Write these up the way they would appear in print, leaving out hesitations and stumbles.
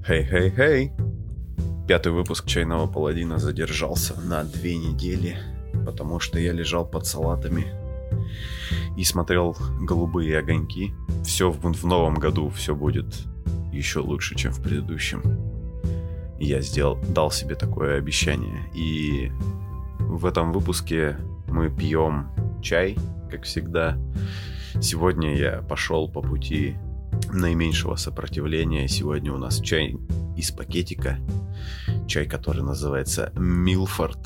Хей-хей-хей! Пятый выпуск «Чайного паладина» задержался на 2 недели, потому что я лежал под салатами и смотрел «Голубые огоньки». Все в новом году все будет еще лучше, чем в предыдущем. Я дал себе такое обещание. И в этом выпуске мы пьем чай, как всегда. Сегодня я пошел по пути наименьшего сопротивления. Сегодня у нас чай из пакетика. Чай, который называется Милфорд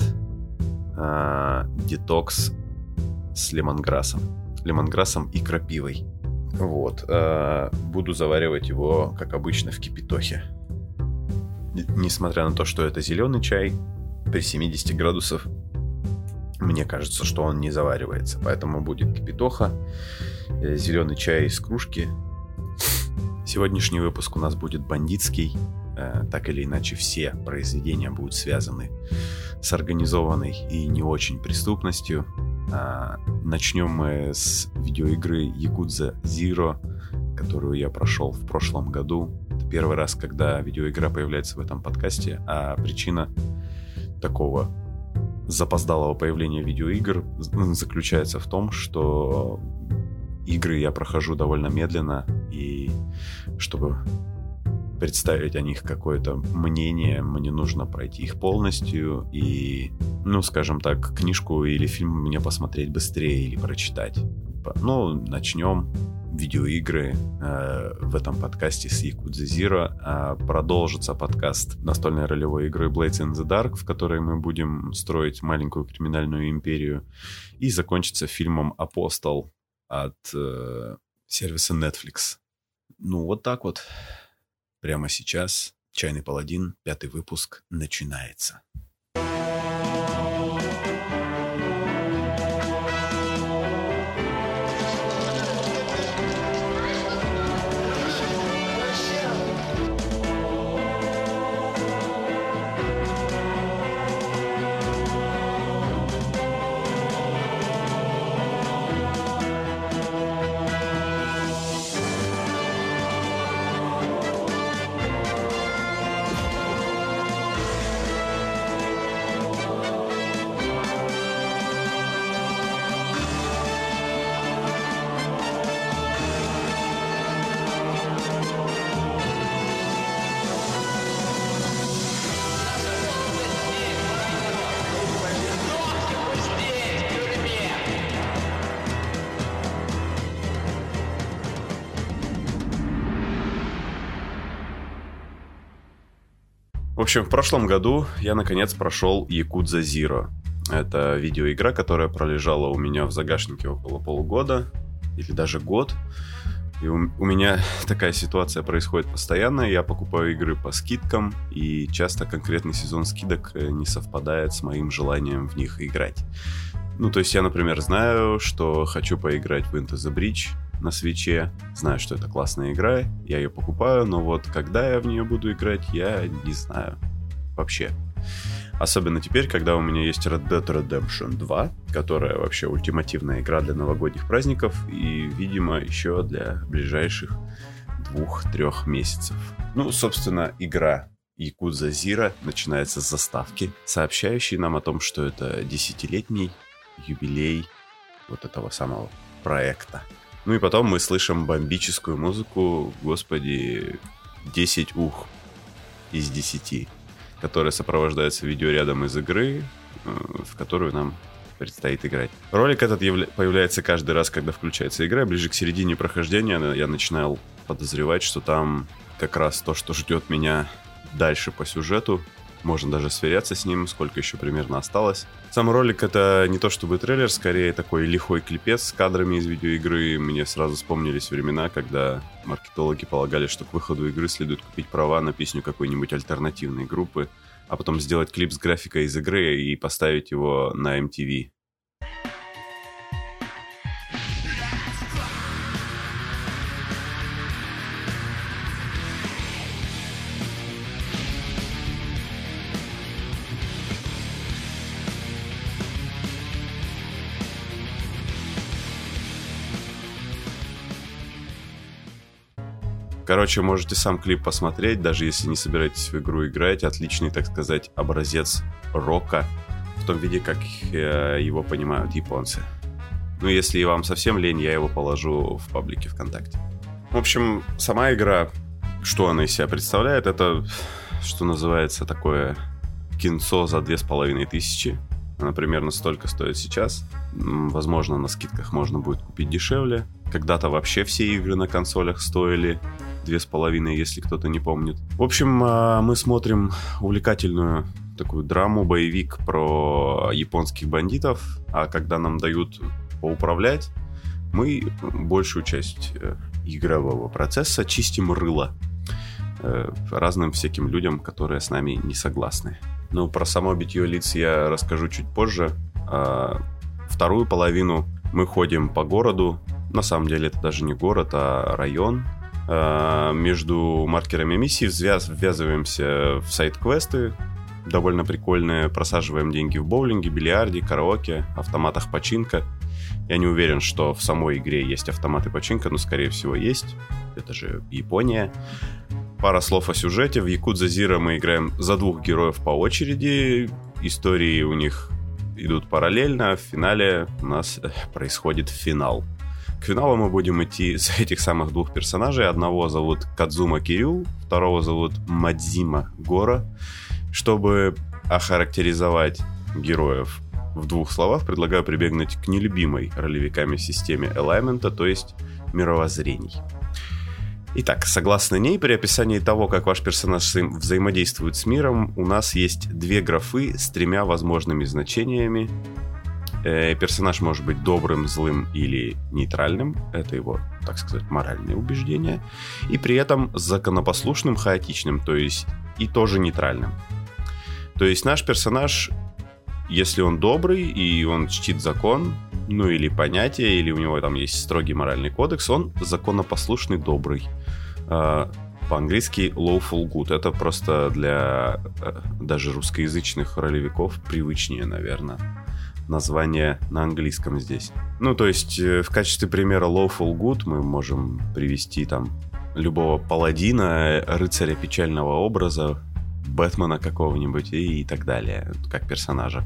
Детокс с лемонграссом. Лемонграссом и крапивой. Вот. Буду заваривать его, как обычно, в кипятохе. Несмотря на то, что это зеленый чай, при 70 градусах мне кажется, что он не заваривается. Поэтому будет кипятоха, зеленый чай из кружки. Сегодняшний выпуск у нас будет бандитский. Так или иначе, все произведения будут связаны с организованной и не очень преступностью. Начнем мы с видеоигры Yakuza Zero, которую я прошел в прошлом году. Это первый раз, когда видеоигра появляется в этом подкасте, а причина такого запоздалого появления видеоигр заключается в том, что игры я прохожу довольно медленно, и чтобы представить о них какое-то мнение, мне нужно пройти их полностью и, скажем так, книжку или фильм мне посмотреть быстрее или прочитать. Начнем видеоигры в этом подкасте с Yakuza Zero. Продолжится подкаст настольной ролевой игры Blades in the Dark, в которой мы будем строить маленькую криминальную империю, и закончится фильмом «Апостол» от сервиса Netflix. Вот так вот. Прямо сейчас «Чайный паладин», 5-й выпуск, начинается. В общем, в прошлом году я наконец прошел Yakuza Zero. Это видеоигра, которая пролежала у меня в загашнике около полугода или даже год. И у меня такая ситуация происходит постоянно. Я покупаю игры по скидкам, и часто конкретный сезон скидок не совпадает с моим желанием в них играть. То есть я, например, знаю, что хочу поиграть в Into the Breach на свитче, знаю, что это классная игра, я ее покупаю, но вот когда я в нее буду играть, я не знаю вообще. Особенно теперь, когда у меня есть Red Dead Redemption 2, которая вообще ультимативная игра для новогодних праздников и, видимо, еще для ближайших 2-3 месяцев. Собственно, игра Yakuza Zero начинается с заставки, сообщающей нам о том, что это 10-летний юбилей вот этого самого проекта. И потом мы слышим бомбическую музыку, господи, 10 ух из 10, которая сопровождается видеорядом из игры, в которую нам предстоит играть. Ролик этот появляется каждый раз, когда включается игра. Ближе к середине прохождения я начинал подозревать, что там как раз то, что ждет меня дальше по сюжету. Можно даже сверяться с ним, сколько еще примерно осталось. Сам ролик — это не то чтобы трейлер, скорее такой лихой клипец с кадрами из видеоигры. Мне сразу вспомнились времена, когда маркетологи полагали, что к выходу игры следует купить права на песню какой-нибудь альтернативной группы, а потом сделать клип с графикой из игры и поставить его на MTV. Короче, можете сам клип посмотреть, даже если не собираетесь в игру играть. Отличный, так сказать, образец рока в том виде, как его понимают японцы. Ну, если вам совсем лень, я его положу в паблике ВКонтакте. В общем, сама игра, что она из себя представляет, это, что называется, такое кинцо за 2500. Она примерно столько стоит сейчас. Возможно, на скидках можно будет купить дешевле. Когда-то вообще все игры на консолях стоили 2500, если кто-то не помнит. В общем, мы смотрим увлекательную такую драму, боевик про японских бандитов. А когда нам дают поуправлять, мы большую часть игрового процесса чистим рыло разным всяким людям, которые с нами не согласны. Ну, про само битье лиц я расскажу чуть позже. Вторую половину мы ходим по городу. На самом деле это даже не город, а район. Между маркерами миссий ввязываемся в сайд-квесты. Довольно прикольные. Просаживаем деньги в боулинге, бильярде, караоке, автоматах починка. Я не уверен, что в самой игре есть автоматы починка, но, скорее всего, есть. Это же Япония. Пара слов о сюжете. В Yakuza Zero мы играем за двух героев по очереди. Истории у них идут параллельно. В финале у нас происходит финал. К финалу мы будем идти за этих самых двух персонажей. Одного зовут Кадзума Кирю, второго зовут Мадзима Гора. Чтобы охарактеризовать героев в двух словах, предлагаю прибегнуть к нелюбимой ролевиками системе Alignment, то есть мировоззрений. Итак, согласно ней, при описании того, как ваш персонаж взаимодействует с миром, у нас есть две графы с тремя возможными значениями. Персонаж может быть добрым, злым или нейтральным. Это его, так сказать, моральные убеждения. И при этом законопослушным, хаотичным, то есть и тоже нейтральным. То есть наш персонаж, если он добрый и он чтит закон, ну или понятие, или у него там есть строгий моральный кодекс, он законопослушный добрый. По-английски lawful good. Это просто для даже русскоязычных ролевиков привычнее, наверное, название на английском здесь. Ну, то есть в качестве примера lawful good мы можем привести там любого паладина, рыцаря печального образа, Бэтмена какого-нибудь и так далее, как персонажа.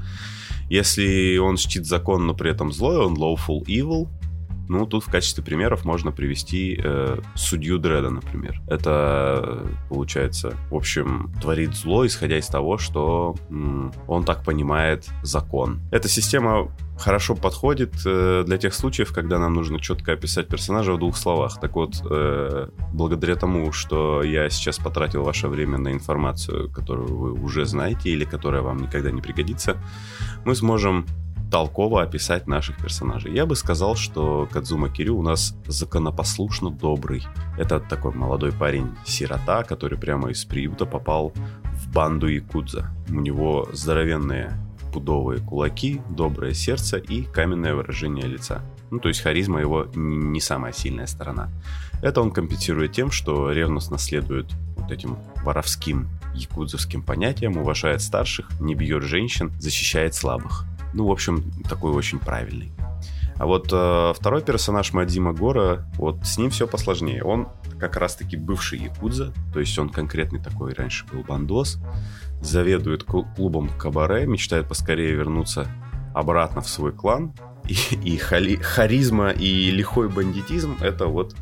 Если он чтит закон, но при этом злой, он lawful evil. Ну, тут в качестве примеров можно привести судью Дредда, например. Это, получается, в общем, творит зло, исходя из того, что он так понимает закон. Эта система хорошо подходит для тех случаев, когда нам нужно четко описать персонажа в двух словах. Так вот, благодаря тому, что я сейчас потратил ваше время на информацию, которую вы уже знаете или которая вам никогда не пригодится, мы сможем толково описать наших персонажей. Я бы сказал, что Кадзума Кирю у нас законопослушно добрый. Это такой молодой парень-сирота, который прямо из приюта попал в банду якудза. У него здоровенные пудовые кулаки, доброе сердце и каменное выражение лица. Ну, то есть харизма его не самая сильная сторона. Это он компенсирует тем, что ревностно следует вот этим воровским якудзовским понятиям, уважает старших, не бьет женщин, защищает слабых. Ну, в общем, такой очень правильный. А вот второй персонаж Мадзима Гора, вот с ним все посложнее. Он как раз-таки бывший якудза, то есть он конкретный такой, раньше был бандос, заведует клубом кабаре, мечтает поскорее вернуться обратно в свой клан. И харизма и лихой бандитизм — это вот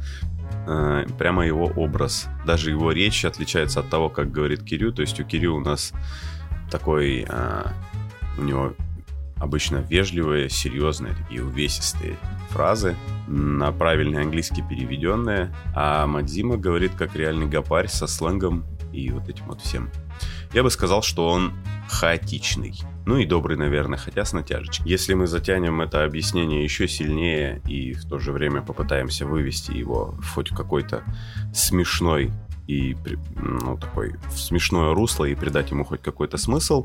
прямо его образ. Даже его речь отличается от того, как говорит Кирю. То есть у Кирю у нас такой... у него обычно вежливые, серьезные, такие увесистые фразы, на правильный английский переведенные, а Мадзима говорит как реальный гопарь со сленгом и вот этим вот всем. Я бы сказал, что он хаотичный. Ну и добрый, наверное, хотя с натяжечкой. Если мы затянем это объяснение еще сильнее и в то же время попытаемся вывести его в хоть какой-то смешной и, ну, такой в смешное русло и придать ему хоть какой-то смысл,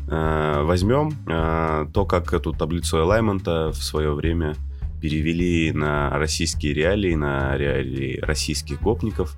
возьмем то, как эту таблицу Alignment в свое время перевели на российские реалии, на реалии российских гопников.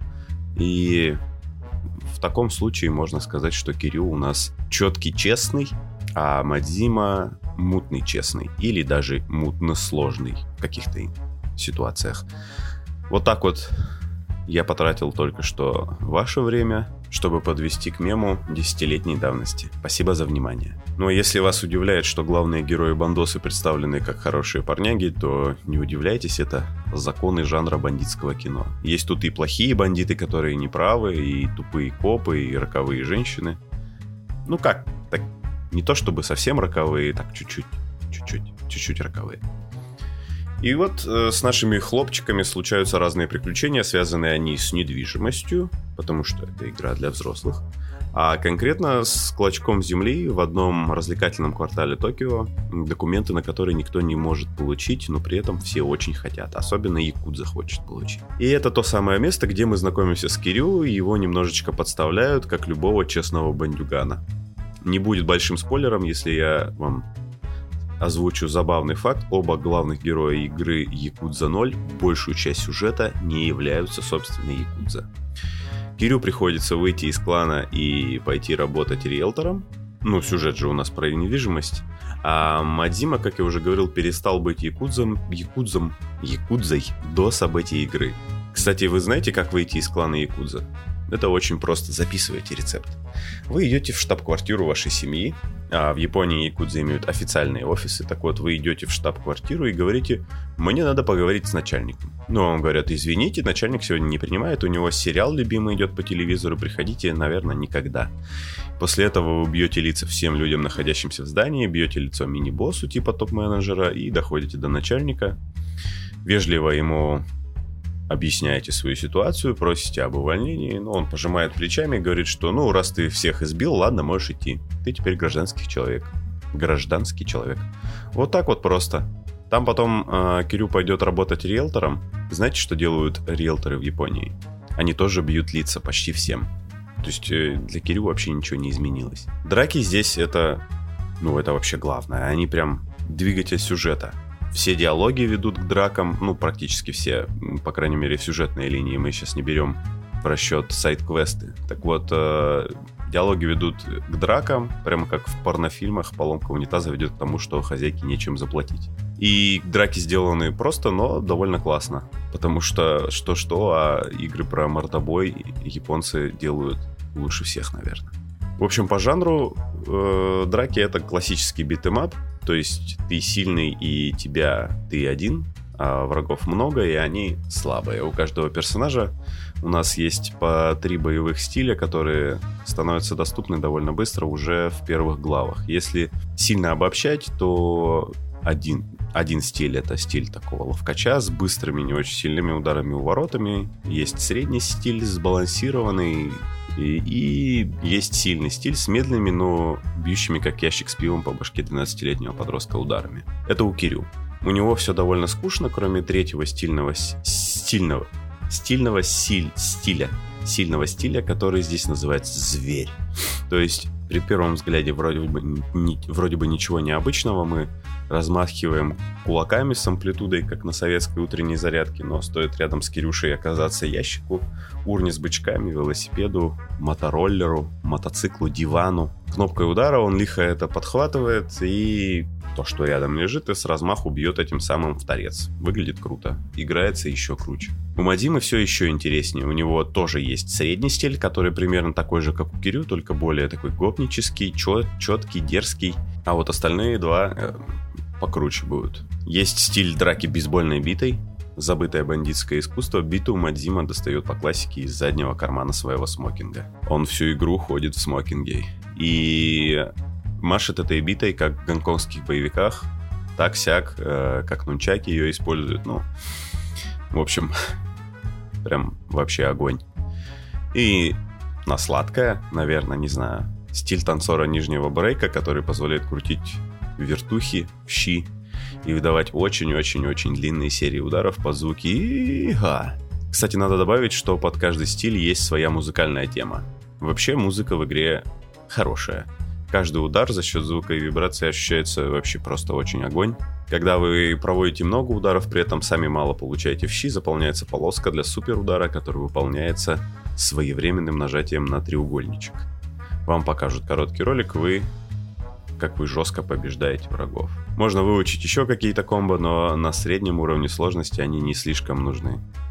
И в таком случае можно сказать, что Кирю у нас четкий, честный, а Мадзима мутный, честный. Или даже мутно-сложный в каких-то ситуациях. Вот так вот я потратил только что ваше время, чтобы подвести к мему 10-летней давности. Спасибо за внимание. Ну а если вас удивляет, что главные герои-бандосы представлены как хорошие парняги, то не удивляйтесь, это законы жанра бандитского кино. Есть тут и плохие бандиты, которые неправы, и тупые копы, и роковые женщины. Ну как, так не то чтобы совсем роковые, так чуть-чуть роковые. И вот с нашими хлопчиками случаются разные приключения, связанные они с недвижимостью, потому что это игра для взрослых, а конкретно с клочком земли в одном развлекательном квартале Токио, документы на которые никто не может получить, но при этом все очень хотят, особенно якудза хочет получить. И это то самое место, где мы знакомимся с Кирю, и его немножечко подставляют, как любого честного бандюгана. Не будет большим спойлером, если я вам озвучу забавный факт: оба главных героя игры Якудза 0 большую часть сюжета не являются собственной якудза. Кирю приходится выйти из клана и пойти работать риэлтором. Ну, сюжет же у нас про недвижимость. А Мадзима, как я уже говорил, перестал быть якудзой до событий игры. Кстати, вы знаете, как выйти из клана якудза? Это очень просто. Записывайте рецепт. Вы идете в штаб-квартиру вашей семьи, а в Японии якудзы имеют официальные офисы. Так вот, вы идете в штаб-квартиру и говорите: мне надо поговорить с начальником. Ну, вам говорят: извините, начальник сегодня не принимает, у него сериал любимый идет по телевизору, приходите, наверное, никогда. После этого вы бьете лица всем людям, находящимся в здании, бьете лицо мини-боссу типа топ-менеджера и доходите до начальника. Вежливо ему объясняете свою ситуацию, просите об увольнении, но он пожимает плечами и говорит, что ну, раз ты всех избил, ладно, можешь идти. Ты теперь гражданский человек. Вот так вот просто. Там потом Кирю пойдет работать риэлтором. Знаете, что делают риэлторы в Японии? Они тоже бьют лица почти всем. То есть для Кирю вообще ничего не изменилось. Драки здесь это вообще главное. Они прям двигатель сюжета. Все диалоги ведут к дракам, ну, практически все, по крайней мере, в сюжетной линии. Мы сейчас не берем в расчет сайд-квесты. Так вот, диалоги ведут к дракам, прямо как в порнофильмах. Поломка унитаза ведет к тому, что хозяйке нечем заплатить. И драки сделаны просто, но довольно классно. Потому что а игры про мордобой японцы делают лучше всех, наверное. В общем, по жанру драки это классический битэмап. То есть ты сильный и ты один, а врагов много и они слабые. У каждого персонажа у нас есть по 3 боевых стиля, которые становятся доступны довольно быстро уже в первых главах. Если сильно обобщать, то один стиль — это стиль такого ловкача с быстрыми, не очень сильными ударами-уворотами. Есть средний стиль, сбалансированный. И есть сильный стиль с медленными, но бьющими как ящик с пивом по башке 12-летнего подростка ударами. Это у Кирю. У него все довольно скучно, кроме 3-го сильного стиля, который здесь называется «Зверь». То есть при первом взгляде вроде бы ничего необычного. Мы размахиваем кулаками с амплитудой, как на советской утренней зарядке, но стоит рядом с Кирюшей оказаться ящику, урне с бычками, велосипеду, мотороллеру, мотоциклу, дивану. Кнопкой удара он лихо это подхватывает, и то, что рядом лежит, и с размаху бьет этим самым в торец. Выглядит круто. Играется еще круче. У Мадзимы все еще интереснее. У него тоже есть средний стиль, который примерно такой же, как у Кирю, только более такой гопнический, четкий, дерзкий. А вот остальные два покруче будут. Есть стиль драки бейсбольной битой. Забытое бандитское искусство. Биту Мадзима достает по классике из заднего кармана своего смокинга. Он всю игру ходит в смокинге. И машет этой битой, как в гонконгских боевиках. Так-сяк, как нунчаки ее используют. Ну, в общем, прям вообще огонь. И на сладкое, наверное, не знаю, стиль танцора нижнего брейка, который позволяет крутить вертухи, щи и выдавать очень-очень-очень длинные серии ударов под звуки «и-га». Кстати, надо добавить, что под каждый стиль есть своя музыкальная тема. Вообще музыка в игре хорошая. Каждый удар за счет звука и вибрации ощущается вообще просто очень огонь. Когда вы проводите много ударов, при этом сами мало получаете в щи, заполняется полоска для суперудара, который выполняется своевременным нажатием на треугольничек. Вам покажут короткий ролик, как вы жестко побеждаете врагов. Можно выучить еще какие-то комбо, но на среднем уровне сложности они не слишком нужны.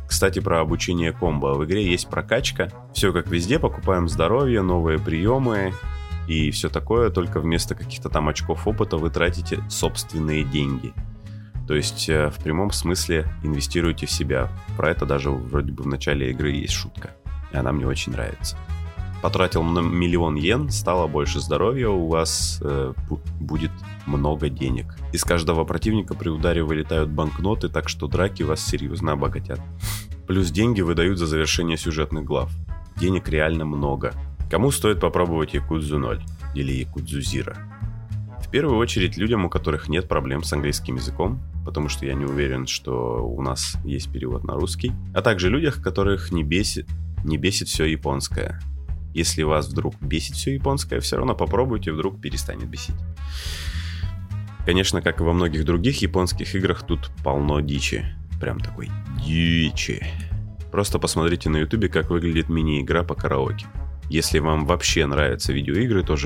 Кстати, про обучение комбо. В игре есть прокачка. Все как везде, покупаем здоровье, новые приемы и все такое, только вместо каких-то там очков опыта вы тратите собственные деньги. То есть в прямом смысле инвестируете в себя. Про это даже вроде бы в начале игры есть шутка. И она мне очень нравится. Потратил 1 000 000 йен, стало больше здоровья, у вас будет много денег. Из каждого противника при ударе вылетают банкноты, так что драки вас серьезно обогатят. Плюс деньги выдают за завершение сюжетных глав. Денег реально много. Кому стоит попробовать Якудзу 0 или Якудзу Zero? В первую очередь людям, у которых нет проблем с английским языком, потому что я не уверен, что у нас есть перевод на русский, а также людях, которых не бесит все японское. Если вас вдруг бесит все японское, все равно попробуйте, вдруг перестанет бесить. Конечно, как и во многих других японских играх, тут полно дичи. Прям такой дичи. Просто посмотрите на ютубе, как выглядит мини-игра по караоке. Если вам вообще нравятся видеоигры, тоже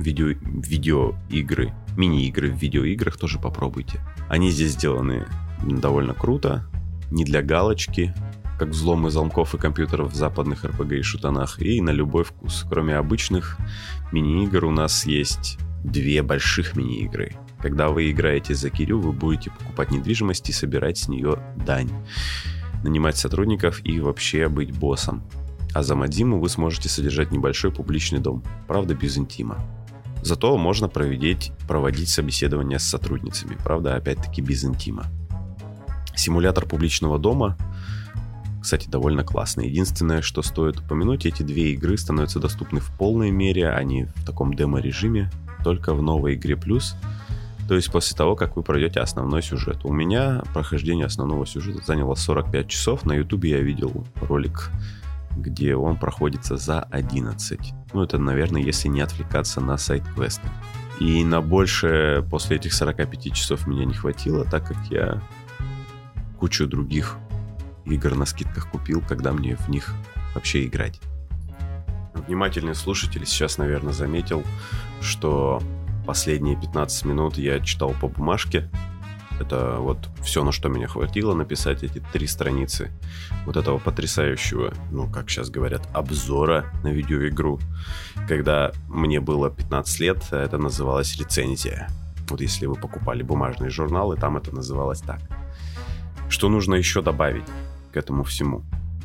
видеоигры, мини-игры в видеоиграх тоже попробуйте. Они здесь сделаны довольно круто, не для галочки, как взломы замков и компьютеров в западных RPG и шутанах, и на любой вкус. Кроме обычных мини-игр у нас есть 2 больших мини-игры. Когда вы играете за Кирю, вы будете покупать недвижимость и собирать с нее дань, нанимать сотрудников и вообще быть боссом. А за Мадзиму вы сможете содержать небольшой публичный дом, правда без интима. Зато можно проводить собеседования с сотрудницами, правда опять-таки без интима. Симулятор публичного дома, кстати, довольно классный. Единственное, что стоит упомянуть, эти 2 игры становятся доступны в полной мере, они в таком демо-режиме, только в новой игре плюс, то есть после того, как вы пройдете основной сюжет. У меня прохождение основного сюжета заняло 45 часов, на ютубе я видел ролик, где он проходится за 11. Ну, это, наверное, если не отвлекаться на сайд-квесты. И на больше после этих 45 часов меня не хватило, так как я кучу других игр на скидках купил, когда мне в них вообще играть. Внимательный слушатель сейчас, наверное, заметил, что последние 15 минут я читал по бумажке. Это вот все, на что меня хватило написать эти 3 страницы вот этого потрясающего, ну, как сейчас говорят, обзора на видеоигру. Когда мне было 15 лет, это называлось рецензия. Вот если вы покупали бумажные журналы, там это называлось так. Что нужно еще добавить к этому всему?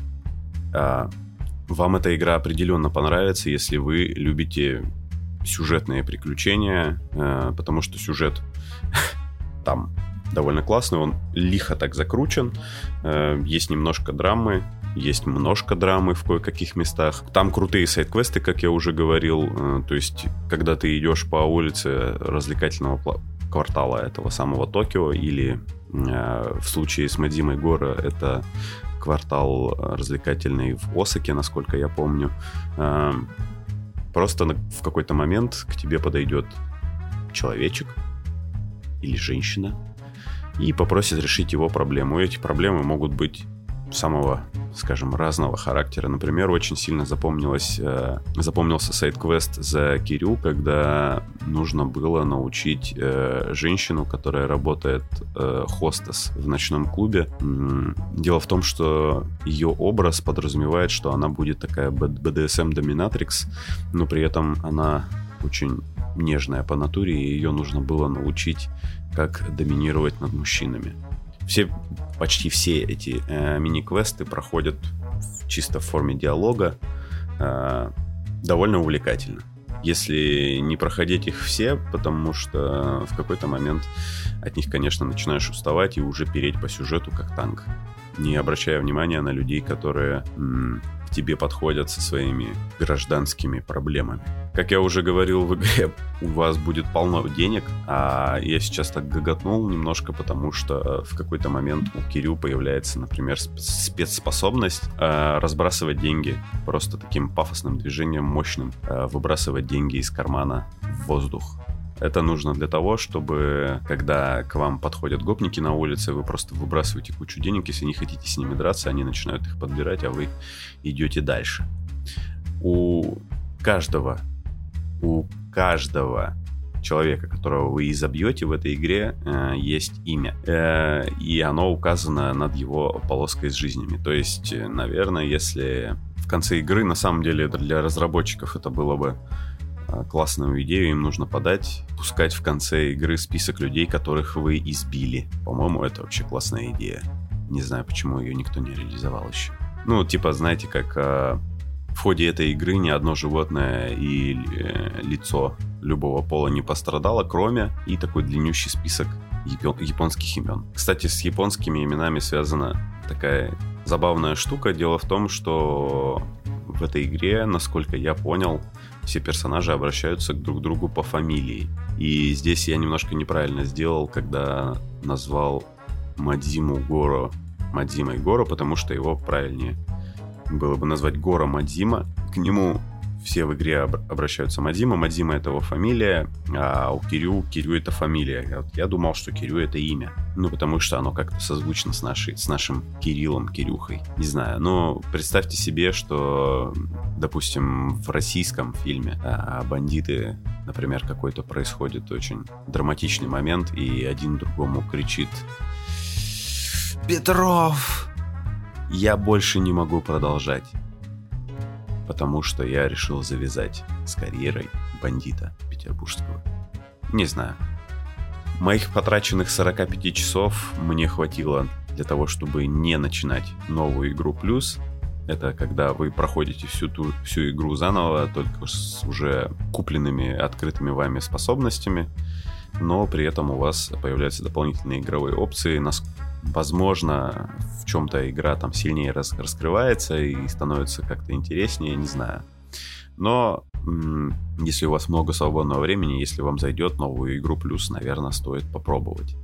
Вам эта игра определенно понравится, если вы любите сюжетные приключения, потому что сюжет там довольно классный, он лихо так закручен, есть немножко драмы, есть множко драмы в кое-каких местах. Там крутые сайд-квесты, как я уже говорил, то есть когда ты идешь по улице развлекательного квартала этого самого Токио, или в случае с Мадзимой Гора это квартал развлекательный в Осаке, насколько я помню, просто в какой-то момент к тебе подойдет человечек или женщина и попросит решить его проблему. И эти проблемы могут быть самого, скажем, разного характера. Например, очень сильно запомнился сайд-квест за Кирю, когда нужно было научить женщину, которая работает хостес в ночном клубе. Дело в том, что ее образ подразумевает, что она будет такая BDSM-доминатрикс, но при этом она очень нежная по натуре, и ее нужно было научить, как доминировать над мужчинами. Почти все эти мини-квесты проходят чисто в форме диалога, довольно увлекательно. Если не проходить их все, потому что в какой-то момент от них, конечно, начинаешь уставать и уже переть по сюжету как танк, не обращая внимания на людей, которые к тебе подходят со своими гражданскими проблемами. Как я уже говорил, в игре у вас будет полно денег, а я сейчас так гоготнул немножко, потому что в какой-то момент у Кирю появляется, например, спецспособность разбрасывать деньги просто таким пафосным движением, мощным, выбрасывать деньги из кармана в воздух. Это нужно для того, чтобы, когда к вам подходят гопники на улице, вы просто выбрасываете кучу денег, если не хотите с ними драться, они начинают их подбирать, а вы идете дальше. У каждого человека, которого вы изобьете в этой игре, есть имя. И оно указано над его полоской с жизнями. То есть, наверное, если в конце игры, на самом деле, для разработчиков это было бы классную идею им нужно подать, пускать в конце игры список людей, которых вы избили. По-моему, это вообще классная идея. Не знаю, почему ее никто не реализовал еще. Ну, типа, знаете, как в ходе этой игры ни одно животное и лицо любого пола не пострадало, кроме и такой длиннющий список японских имен. Кстати, с японскими именами связана такая забавная штука. Дело в том, что в этой игре, насколько я понял, все персонажи обращаются друг к другу по фамилии. И здесь я немножко неправильно сделал, когда назвал Мадзиму Горо Мадзимой Горо, потому что его правильнее было бы назвать Горо Мадзима. К нему все в игре обращаются Мадзима. Мадзима — это его фамилия, а у Кирю это фамилия. Я думал, что Кирю — это имя. Ну, потому что оно как-то созвучно с нашим Кириллом, Кирюхой. Не знаю, но представьте себе, что, допустим, в российском фильме бандиты, например, какой-то происходит очень драматичный момент, и один другому кричит: «Петров!» Я больше не могу продолжать, потому что я решил завязать с карьерой бандита петербургского. Не знаю. Моих потраченных 45 часов мне хватило для того, чтобы не начинать новую игру плюс. Это когда вы проходите всю игру заново, только с уже купленными, открытыми вами способностями, но при этом у вас появляются дополнительные игровые опции. Возможно, в чем-то игра там сильнее раскрывается и становится как-то интереснее, не знаю. Но если у вас много свободного времени, если вам зайдет новую игру плюс, наверное, стоит попробовать.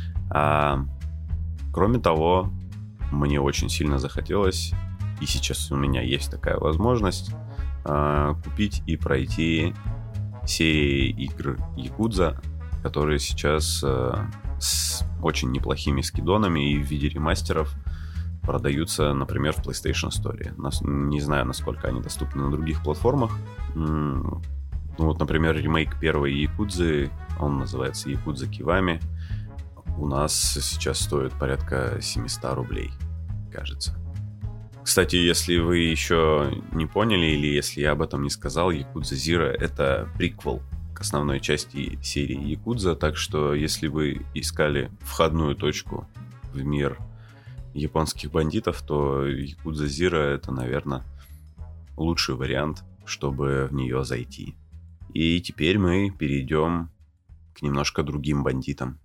Кроме того, мне очень сильно захотелось, и сейчас у меня есть такая возможность, купить и пройти серии игр Якудза, которые сейчас с очень неплохими скидонами и в виде ремастеров продаются, например, в PlayStation Store. Не знаю, насколько они доступны на других платформах. Ну вот, например, ремейк первой Якудзы, он называется Якудза Кивами, у нас сейчас стоит порядка 700 рублей, кажется. Кстати, если вы еще не поняли, или если я об этом не сказал, Якудза Зиро — это приквел к основной части серии Якудза, так что если вы искали входную точку в мир японских бандитов, то Якудза Зиро — это, наверное, лучший вариант, чтобы в нее зайти. И теперь мы перейдем к немножко другим бандитам.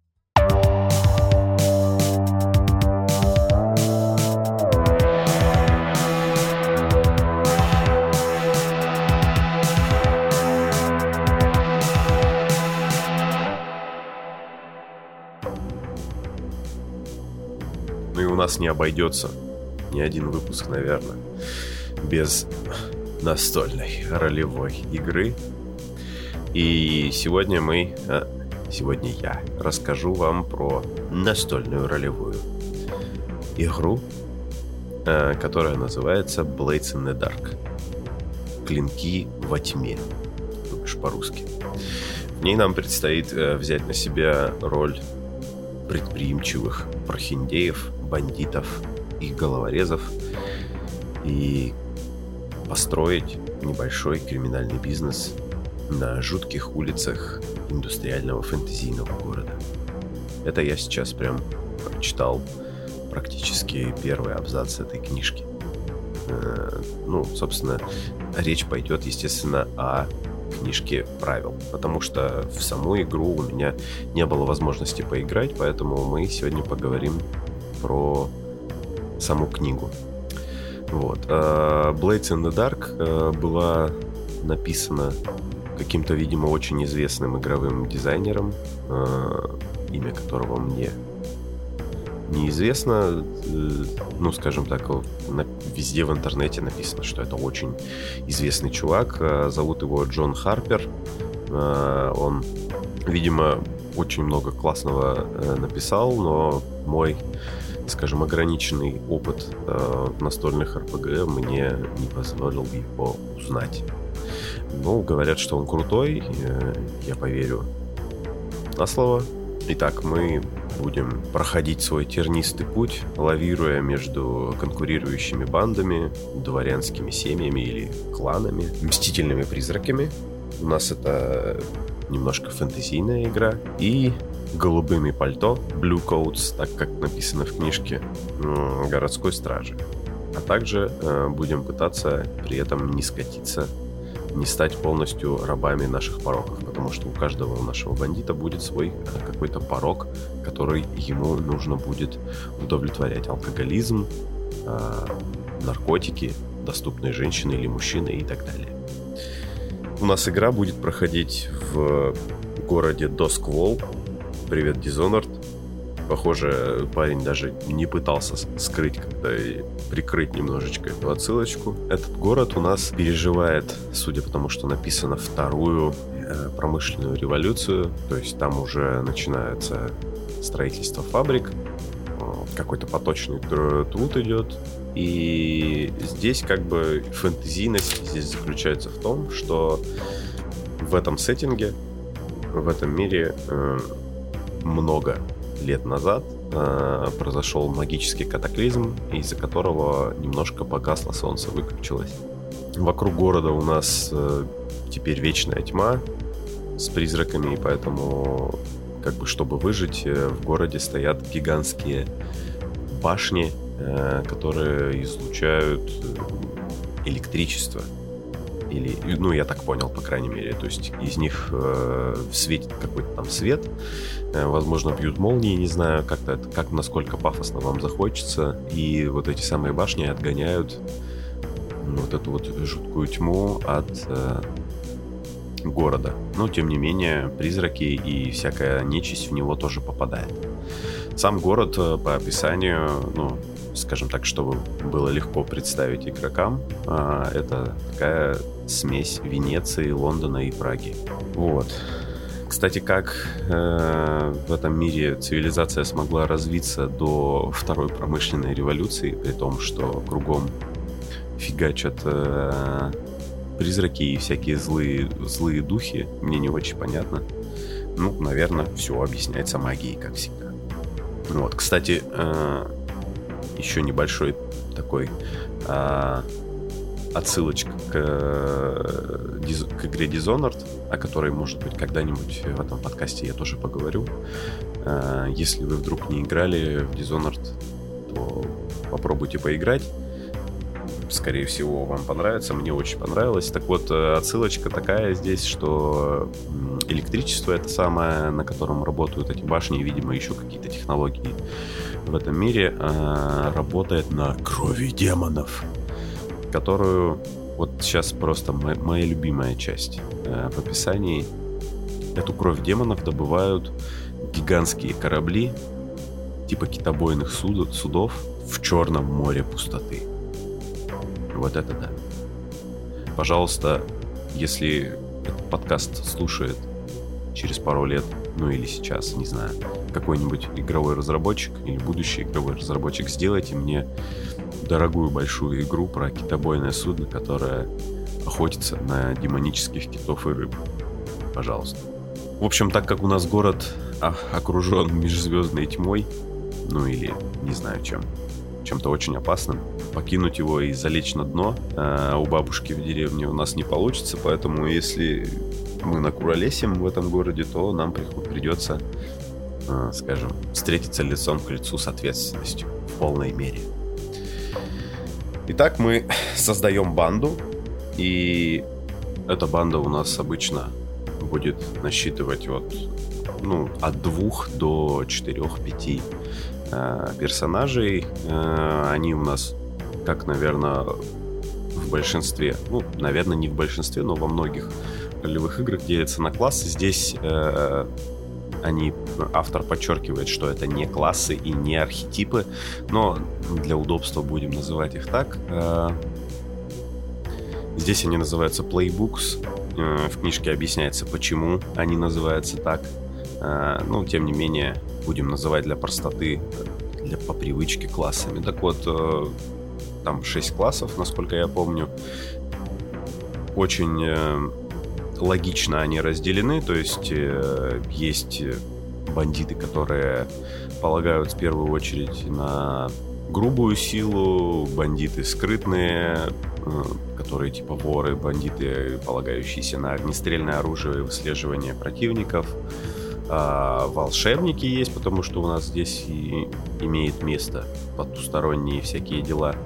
Ну и у нас не обойдется ни один выпуск, наверное, без настольной ролевой игры. И сегодня я расскажу вам про настольную ролевую игру, которая называется Blades in the Dark. Клинки во тьме, то бишь по-русски. В ней нам предстоит взять на себя роль предприимчивых прохиндеев, бандитов и головорезов и построить небольшой криминальный бизнес на жутких улицах индустриального фэнтезийного города. Это я сейчас прям прочитал практически первый абзац этой книжки. Собственно, речь пойдет, естественно, о книжке правил, потому что в саму игру у меня не было возможности поиграть, поэтому мы сегодня поговорим про саму книгу. Вот. Blades in the Dark была написана каким-то, видимо, очень известным игровым дизайнером, имя которого мне неизвестно. Скажем так, везде в интернете написано, что это очень известный чувак. Зовут его Джон Харпер. Он, видимо, очень много классного написал, но мой, скажем, ограниченный опыт настольных РПГ мне не позволил его узнать. Ну, говорят, что он крутой, я поверю на слово. Итак, мы будем проходить свой тернистый путь, лавируя между конкурирующими бандами, дворянскими семьями или кланами, мстительными призраками. У нас это немножко фэнтезийная игра. И голубыми пальто, Blue Coats, так как написано в книжке, городской стражи. А также будем пытаться при этом не скатиться, не стать полностью рабами наших пороков, потому что у каждого нашего бандита будет свой какой-то порок, который ему нужно будет удовлетворять. Алкоголизм, наркотики, доступные женщины или мужчины и так далее. У нас игра будет проходить в городе Doskvol. Привет, Dishonored. Похоже, парень даже не пытался скрыть, как-то прикрыть немножечко эту отсылочку. Этот город у нас переживает, судя по тому, что написано, вторую промышленную революцию. То есть там уже начинается строительство фабрик, какой-то поточный труд идет. И здесь как бы фэнтезийность здесь заключается в том, что в этом сеттинге, в этом мире много лет назад произошел магический катаклизм, из-за которого немножко погасло солнце, выключилось. Вокруг города у нас теперь вечная тьма с призраками, и поэтому, как бы, чтобы выжить, в городе стоят гигантские башни, которые излучают электричество. Или, ну, я так понял, по крайней мере. То есть из них светит какой-то там свет. Возможно, бьют молнии, не знаю, как-то это, как, насколько пафосно вам захочется. И вот эти самые башни отгоняют вот эту вот жуткую тьму от города. Но, тем не менее, призраки и всякая нечисть в него тоже попадает. Сам город по описанию, ну, скажем так, чтобы было легко представить игрокам, это такая смесь Венеции, Лондона и Праги. Вот. Кстати, как в этом мире цивилизация смогла развиться до второй промышленной революции, при том, что кругом фигачат призраки и всякие злые духи, мне не очень понятно. Ну, наверное, все объясняется магией, как всегда. Вот, кстати, еще небольшой такой отсылочка к игре Dishonored, о которой, может быть, когда-нибудь в этом подкасте я тоже поговорю. Если вы вдруг не играли в Dishonored, то попробуйте поиграть. Скорее всего, вам понравится. Мне очень понравилось. Так вот, отсылочка такая здесь, что электричество — это самое, на котором работают эти башни, и, видимо, еще какие-то технологии в этом мире, работает на крови демонов, которую вот сейчас просто моя любимая часть в описании. Эту кровь демонов добывают гигантские корабли типа китобойных судов в Черном море пустоты. Вот это да. Пожалуйста, если этот подкаст слушает через пару лет, ну или сейчас, не знаю, какой-нибудь игровой разработчик или будущий игровой разработчик, сделайте мне дорогую большую игру про китобойное судно, которое охотится на демонических китов и рыб. Пожалуйста. В общем, так как у нас город окружен межзвездной тьмой, ну или не знаю чем-то очень опасным, покинуть его и залечь на дно у бабушки в деревне у нас не получится, поэтому если мы накуролесим в этом городе, то нам придется, скажем, встретиться лицом к лицу с ответственностью в полной мере. Итак, мы создаем банду, и эта банда у нас обычно будет насчитывать от 2 до 4-5 персонажей. Они у нас, как, наверное, в большинстве, наверное, не в большинстве, но во многих ролевых играх делятся на классы. Здесь автор подчеркивает, что это не классы и не архетипы, но для удобства будем называть их так. Здесь они называются playbooks. В книжке объясняется, почему они называются так. Но, тем не менее, будем называть для простоты, по привычке, классами. Так вот, там 6 классов, насколько я помню. Очень логично они разделены, то есть есть бандиты, которые полагают в первую очередь на грубую силу, бандиты скрытные, которые типа воры, бандиты, полагающиеся на огнестрельное оружие и выслеживание противников. Волшебники есть, потому что у нас здесь и имеет место потусторонние всякие дела.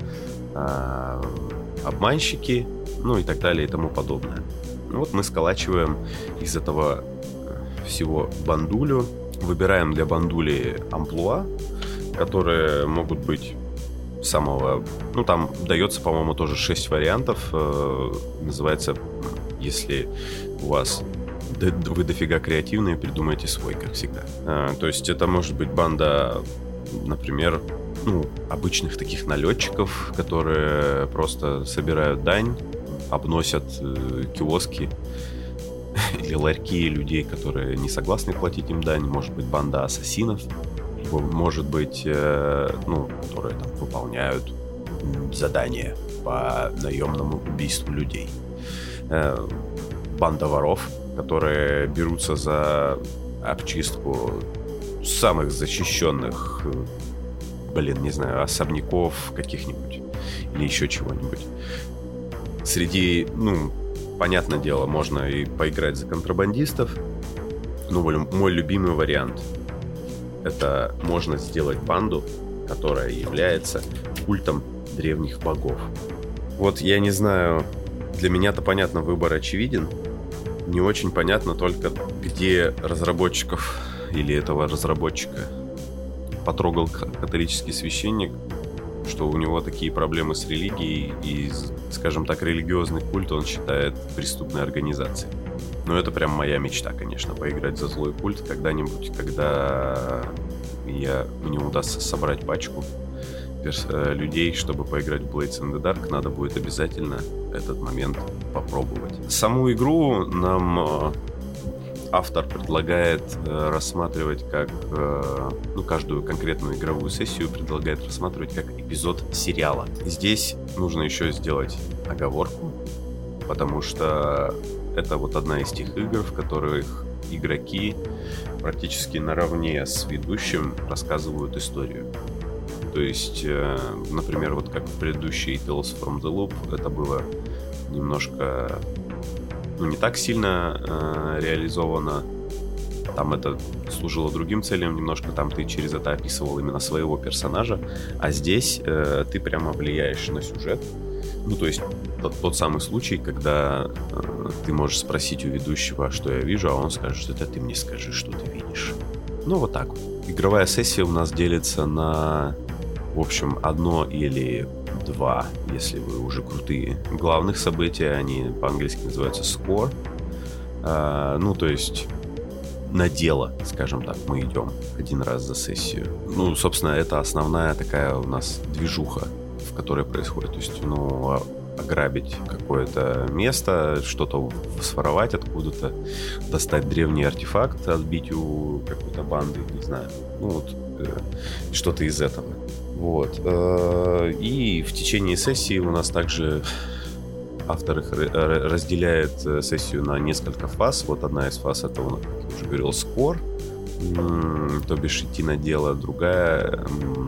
Обманщики, ну и так далее и тому подобное. Вот мы сколачиваем из этого всего бандулю, выбираем для бандули амплуа, которые могут быть самого... Ну, там дается, по-моему, тоже 6 вариантов. Называется, если у вас... Вы дофига креативные, придумайте свой, как всегда. То есть это может быть банда, например, обычных таких налетчиков, которые просто собирают дань, обносят киоски или ларьки людей, которые не согласны платить им дань. Может быть, банда ассасинов. Может быть, которые там выполняют задания по наемному убийству людей. Банда воров, которые берутся за обчистку самых защищенных, особняков каких-нибудь или еще чего-нибудь. Среди, понятное дело, можно и поиграть за контрабандистов. Но мой любимый вариант — это можно сделать банду, которая является культом древних богов. Вот я не знаю, для меня-то понятно, выбор очевиден. Не очень понятно только, где разработчиков или этого разработчика потрогал католический священник, что у него такие проблемы с религией и, скажем так, религиозный культ он считает преступной организацией. Но это прям моя мечта, конечно, поиграть за злой культ когда-нибудь, когда мне удастся собрать пачку людей, чтобы поиграть в Blades in the Dark, надо будет обязательно этот момент попробовать. Саму игру нам автор предлагает рассматривать как... каждую конкретную игровую сессию предлагает рассматривать как эпизод сериала. Здесь нужно еще сделать оговорку, потому что это вот одна из тех игр, в которых игроки практически наравне с ведущим рассказывают историю. То есть, например, вот как в предыдущей Tales from the Loop, это было немножко, не так сильно реализовано. Там это служило другим целям немножко, там ты через это описывал именно своего персонажа, а здесь ты прямо влияешь на сюжет. То есть тот самый случай, когда ты можешь спросить у ведущего, что я вижу, а он скажет, это ты мне скажи, что ты видишь. Вот так вот. Игровая сессия у нас делится на, в общем, 1 или 2, если вы уже крутые, главных события. Они по-английски называются score. То есть на дело, скажем так, мы идем 1 раз за сессию. Собственно, это основная такая у нас движуха, в которой происходит. То есть, ограбить какое-то место, что-то своровать откуда-то, достать древний артефакт, отбить у какой-то банды, не знаю. Что-то из этого. Вот. И в течение сессии у нас также автор разделяет сессию на несколько фаз. Вот одна из фаз — это, как я уже говорил, скор, то бишь идти на дело. Другая,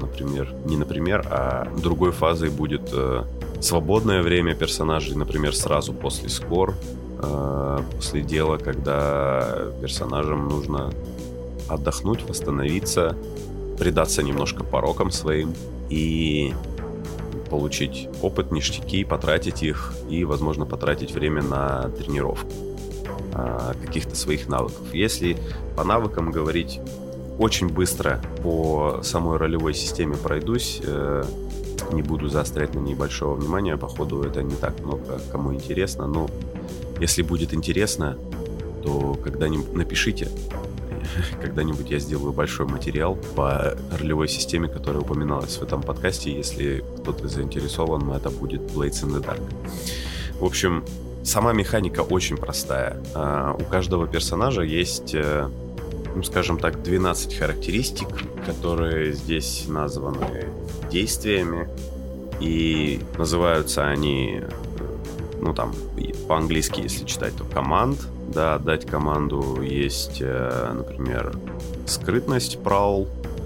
а другой фазой будет свободное время персонажей, например, сразу после скор, после дела, когда персонажам нужно отдохнуть, восстановиться, предаться немножко порокам своим и получить опыт, ништяки, потратить их и, возможно, потратить время на тренировку каких-то своих навыков. Если по навыкам говорить, очень быстро по самой ролевой системе пройдусь, не буду заострять на ней большого внимания, походу это не так много кому интересно, но если будет интересно, то когда-нибудь напишите, когда-нибудь я сделаю большой материал по ролевой системе, которая упоминалась в этом подкасте. Если кто-то заинтересован, это будет Blades in the Dark. В общем, сама механика очень простая. У каждого персонажа есть, скажем так, 12 характеристик, которые здесь названы действиями. И называются они ну, там, по-английски, если читать, то команд, да, отдать команду. Есть, например, скрытность, праул,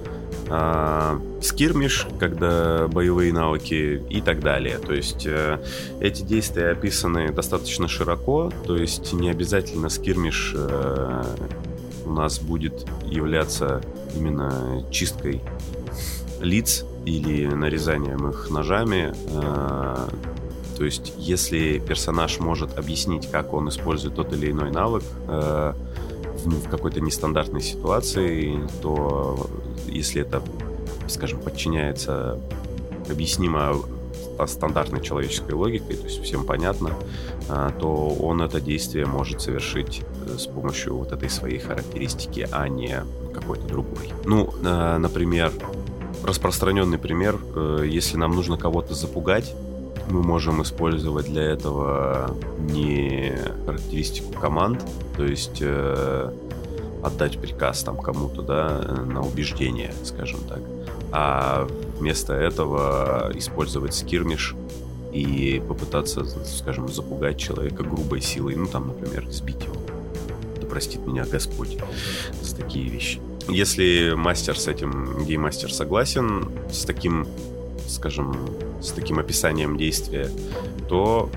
скирмиш, когда боевые навыки и так далее. То есть эти действия описаны достаточно широко, то есть не обязательно скирмиш у нас будет являться именно чисткой лиц или нарезанием их ножами. То есть если персонаж может объяснить, как он использует тот или иной навык в какой-то нестандартной ситуации, то если это, скажем, подчиняется объяснимо стандартной человеческой логикой, то есть всем понятно, то он это действие может совершить с помощью вот этой своей характеристики, а не какой-то другой. Ну, например, распространенный пример, если нам нужно кого-то запугать, мы можем использовать для этого не характеристику команд, то есть отдать приказ там кому-то, да, на убеждение, скажем так, а вместо этого использовать скирмиш и попытаться, скажем, запугать человека грубой силой, ну там, например, сбить его. Да простит меня Господь за такие вещи. Если мастер с этим, гейммастер согласен с таким, скажем, с таким описанием действия, то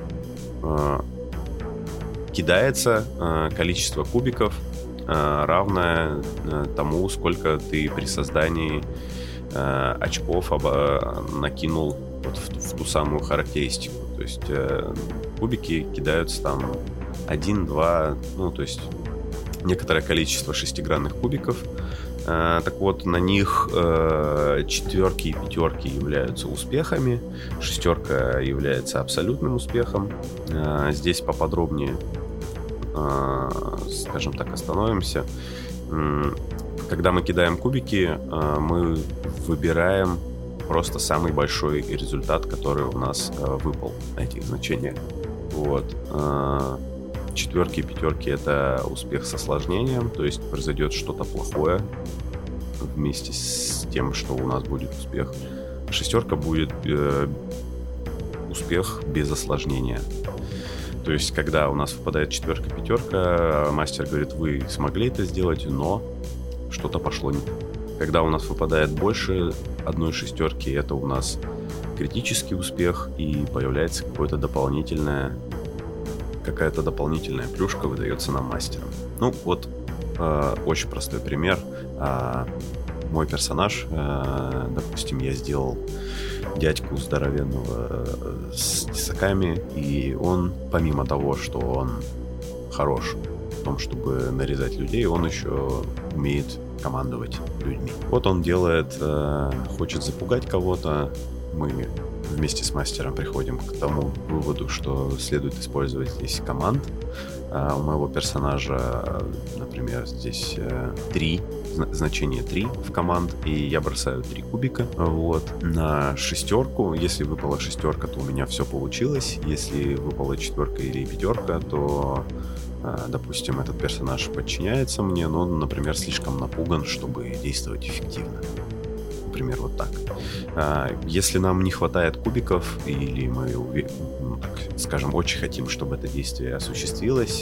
кидается количество кубиков, равное тому, сколько ты при создании очков накинул вот в ту самую характеристику. То есть кубики кидаются там 1, 2, ну, то есть некоторое количество шестигранных кубиков. Так вот, на них четверки и пятерки являются успехами, шестерка является абсолютным успехом. Здесь поподробнее, скажем так, остановимся. Когда мы кидаем кубики, мы выбираем просто самый большой результат, который у нас выпал на этих значениях. Вот. Четверки и пятерки — это успех с осложнением, то есть произойдет что-то плохое вместе с тем, что у нас будет успех. Шестерка будет успех без осложнения. То есть, когда у нас выпадает четверка, пятерка, мастер говорит: вы смогли это сделать, но что-то пошло не так. Когда у нас выпадает больше одной шестерки, это у нас критический успех, и появляется какая-то дополнительная плюшка выдается нам мастером. Ну, вот очень простой пример. Мой персонаж, допустим, я сделал дядьку здоровенного с тесаками, и он, помимо того, что он хорош в том, чтобы нарезать людей, он еще умеет командовать людьми. Вот он делает, хочет запугать кого-то. Мы вместе с мастером приходим к тому выводу, что следует использовать здесь команд. У моего персонажа, например, здесь 3, значение 3 в команд, и я бросаю 3 кубика. Вот. На шестерку, если выпала шестерка, то у меня все получилось. Если выпала четверка или пятерка, то, допустим, этот персонаж подчиняется мне, но он, например, слишком напуган, чтобы действовать эффективно. Например, вот так. Если нам не хватает кубиков, или мы, ну, так скажем, очень хотим, чтобы это действие осуществилось,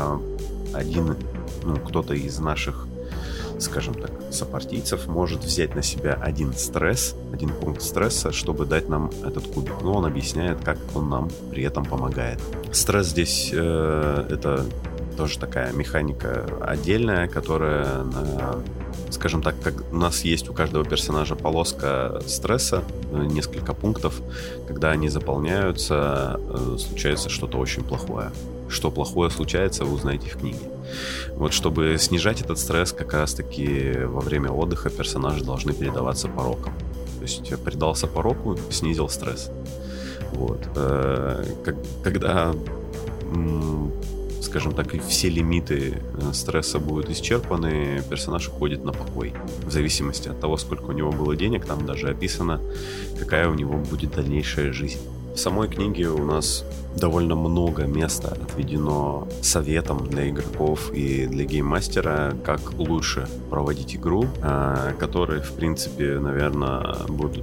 кто-то из наших, скажем так, сопартийцев может взять на себя один пункт стресса, чтобы дать нам этот кубик. Но он объясняет, как он нам при этом помогает. Стресс здесь это тоже такая механика отдельная, которая, скажем так, как у нас есть у каждого персонажа полоска стресса, несколько пунктов. Когда они заполняются, случается что-то очень плохое. Что плохое случается, вы узнаете в книге. Вот, чтобы снижать этот стресс, как раз-таки во время отдыха персонажи должны передаваться порокам. То есть предался пороку, снизил стресс. Вот. Когда, скажем так, все лимиты стресса будут исчерпаны, персонаж уходит на покой. В зависимости от того, сколько у него было денег, там даже описано, какая у него будет дальнейшая жизнь. В самой книге у нас довольно много места отведено советам для игроков и для гейммастера, как лучше проводить игру, которые, в принципе, наверное, будут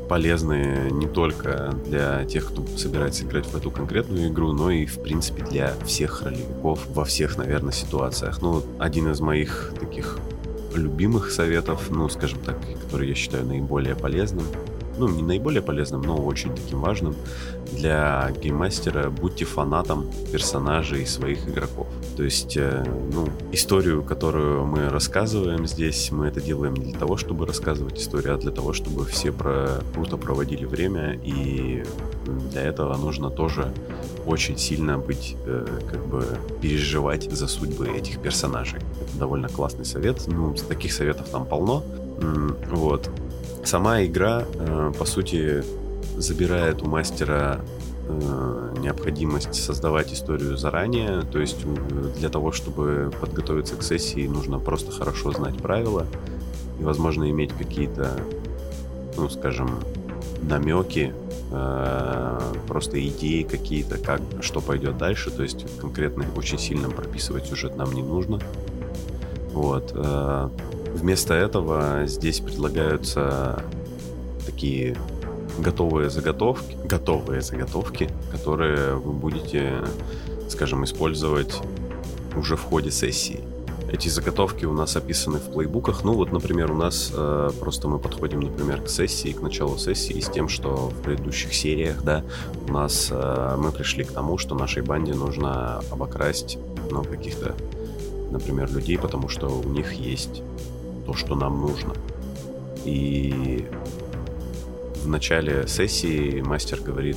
полезны не только для тех, кто собирается играть в эту конкретную игру, но и, в принципе, для всех ролевиков во всех, наверное, ситуациях. Ну, один из моих таких любимых советов, ну, скажем так, который я считаю наиболее полезным, ну, не наиболее полезным, но очень таким важным для гейммастера: будьте фанатом персонажей своих игроков. То есть, историю, которую мы рассказываем здесь, мы это делаем не для того, чтобы рассказывать историю, а для того, чтобы все круто проводили время, и для этого нужно тоже очень сильно переживать за судьбы этих персонажей. Это довольно классный совет, таких советов там полно. Вот. Сама игра, по сути, забирает у мастера необходимость создавать историю заранее. То есть для того, чтобы подготовиться к сессии, нужно просто хорошо знать правила и, возможно, иметь какие-то, намеки, просто идеи какие-то, что пойдет дальше. То есть конкретно очень сильно прописывать сюжет нам не нужно. Вот. Вместо этого здесь предлагаются такие готовые заготовки, которые вы будете, использовать уже в ходе сессии. Эти заготовки у нас описаны в плейбуках. Например, у нас просто мы подходим, например, к началу сессии с тем, что в предыдущих сериях, у нас мы пришли к тому, что нашей банде нужно обокрасть, каких-то, например, людей, потому что у них есть то, что нам нужно. И в начале сессии мастер говорит,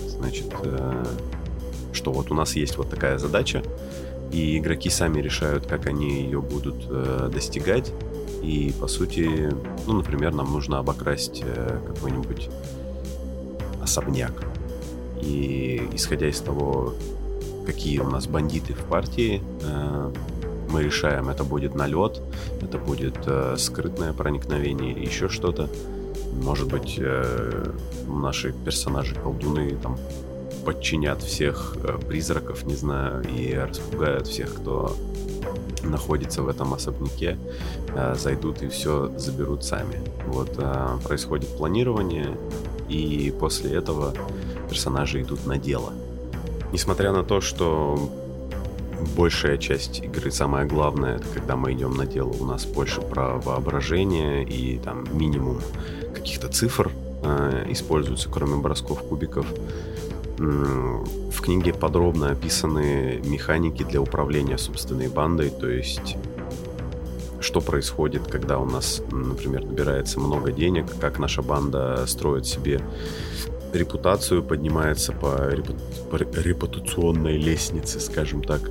что вот у нас есть вот такая задача, и игроки сами решают, как они ее будут достигать. И, по сути, например, нам нужно обокрасть какой-нибудь особняк. И, исходя из того, какие у нас бандиты в партии, мы решаем, это будет налет, это будет скрытное проникновение или еще что-то. Может быть, наши персонажи-колдуны там подчинят всех призраков, не знаю, и распугают всех, кто находится в этом особняке, зайдут и все заберут сами. Вот, происходит планирование, и после этого персонажи идут на дело. Несмотря на то, что большая часть игры, самое главное, это когда мы идем на дело, у нас больше про воображение, и там минимум каких-то цифр используется, кроме бросков кубиков. В книге подробно описаны механики для управления собственной бандой, то есть что происходит, когда у нас, например, набирается много денег, как наша банда строит себе репутацию, поднимается по репутационной лестнице, скажем так.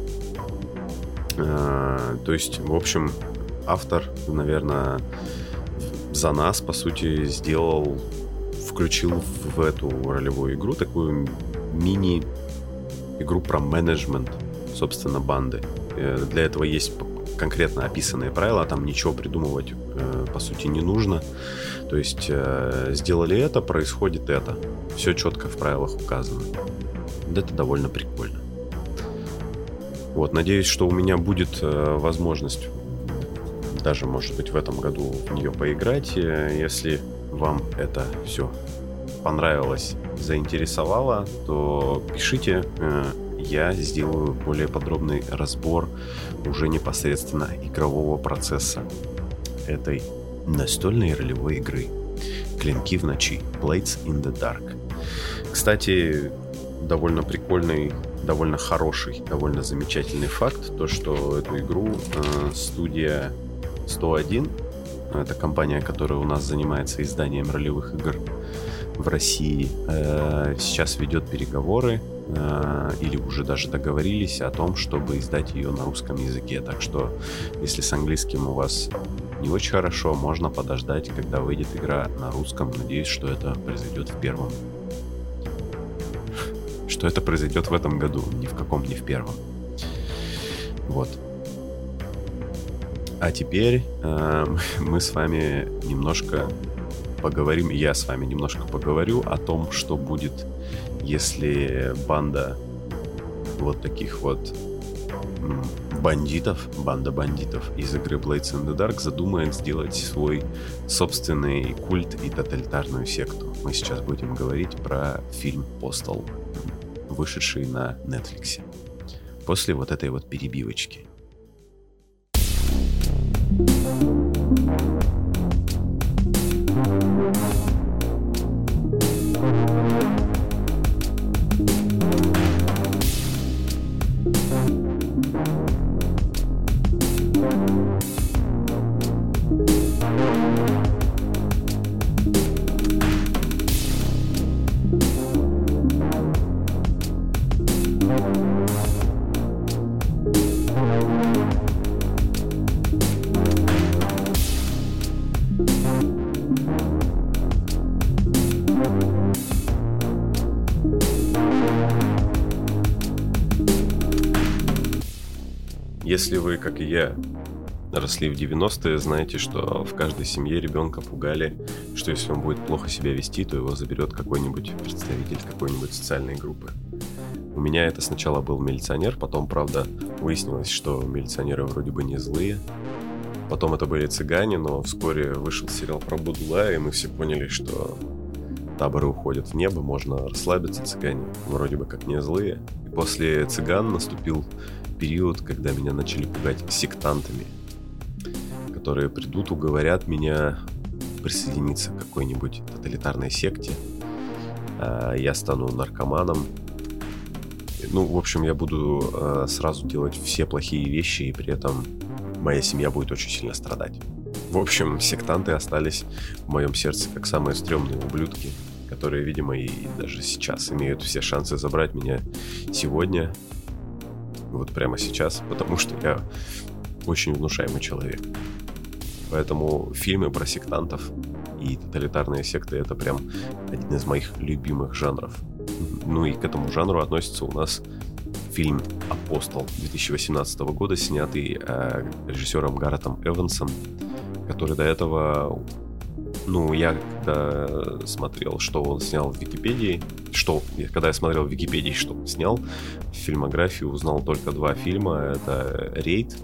То есть, в общем, автор, наверное, за нас, по сути, включил в эту ролевую игру такую мини-игру про менеджмент, собственно, банды. Для этого есть конкретно описанные правила, там ничего придумывать, по сути, не нужно. То есть, сделали это, происходит это. Все четко в правилах указано. Это довольно прикольно. Вот, надеюсь, что у меня будет возможность даже, может быть, в этом году в нее поиграть. Если вам это все понравилось, заинтересовало, то пишите, я сделаю более подробный разбор уже непосредственно игрового процесса этой настольной ролевой игры. Клинки в ночи. Blades in the Dark. Кстати, довольно прикольный, довольно хороший, довольно замечательный факт, то, что эту игру студия 101, это компания, которая у нас занимается изданием ролевых игр в России, сейчас ведет переговоры или уже даже договорились о том, чтобы издать ее на русском языке. Так что, если с английским у вас не очень хорошо, можно подождать, когда выйдет игра на русском. Надеюсь, что это произойдет что это произойдет в этом году, ни в первом. Вот. А теперь мы с вами немножко поговорим, я с вами немножко поговорю о том, что будет, если банда вот таких вот банда бандитов из игры Blades in the Dark задумает сделать свой собственный культ и тоталитарную секту. мы сейчас будем говорить про фильм «Постал», вышедший на Netflix. После вот этой вот перебивочки. Если вы, как и я, росли в 90-е, знаете, что в каждой семье ребенка пугали, что если он будет плохо себя вести, то его заберет какой-нибудь представитель какой-нибудь социальной группы. У меня это сначала был милиционер, потом, правда, выяснилось, что милиционеры вроде бы не злые. Потом это были цыгане, но вскоре вышел сериал про Будулая, и мы все поняли, что таборы уходят в небо, можно расслабиться, цыгане вроде бы как не злые. И после цыган наступил период, когда меня начали пугать сектантами, которые придут, уговорят меня присоединиться к какой-нибудь тоталитарной секте. Я стану наркоманом. Ну, в общем, я буду сразу делать все плохие вещи, и при этом моя семья будет очень сильно страдать. В общем, сектанты остались в моем сердце как самые стрёмные ублюдки, которые, видимо, и даже сейчас имеют все шансы забрать меня сегодня, вот прямо сейчас, потому что я очень внушаемый человек. Поэтому фильмы про сектантов и тоталитарные секты — это прям один из моих любимых жанров. Ну и к этому жанру относится у нас фильм «Апостол» 2018 года, снятый режиссером Гарретом Эвансом, который до этого... Ну, я когда смотрел, что он снял в Википедии, когда я смотрел в Википедии, что он снял, в фильмографии узнал только 2 фильма. Это «Рейд»,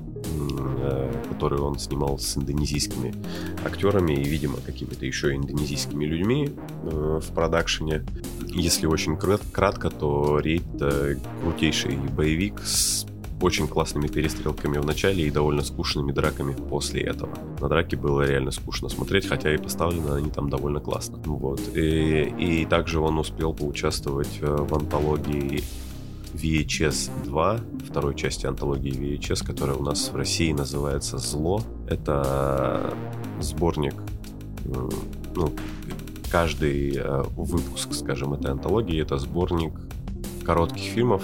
который он снимал с индонезийскими актерами и, видимо, какими-то еще индонезийскими людьми в продакшене. Если очень кратко, то «Рейд» — крутейший боевик с очень классными перестрелками в начале и довольно скучными драками после этого. На драки было реально скучно смотреть, хотя и поставлены они там довольно классно. Вот. И также он успел поучаствовать в антологии VHS 2, второй части антологии VHS, которая у нас в России называется «Зло». Это сборник, ну, каждый выпуск, скажем, этой антологии — это сборник коротких фильмов,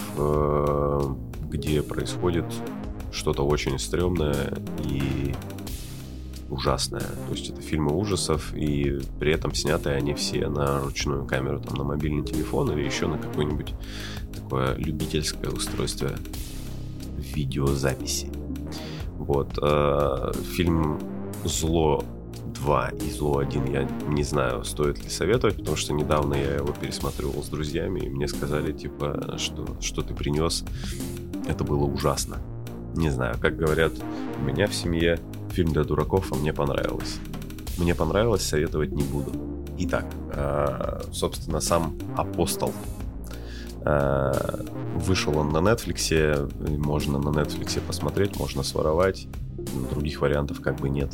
где происходит что-то очень стрёмное и ужасное. То есть это фильмы ужасов, и при этом сняты они все на ручную камеру, там, на мобильный телефон или еще на какое-нибудь такое любительское устройство видеозаписи. Вот. Фильм «Зло 2» и «Зло 1» я не знаю, стоит ли советовать, потому что недавно я его пересматривал с друзьями, и мне сказали, типа, что ты принес, это было ужасно. Не знаю, как говорят у меня в семье, фильм для дураков, а мне понравилось. Мне понравилось, советовать не буду. Итак, собственно, сам «Апостол». Вышел он на Netflix, можно на Netflix посмотреть, можно своровать, других вариантов как бы нет.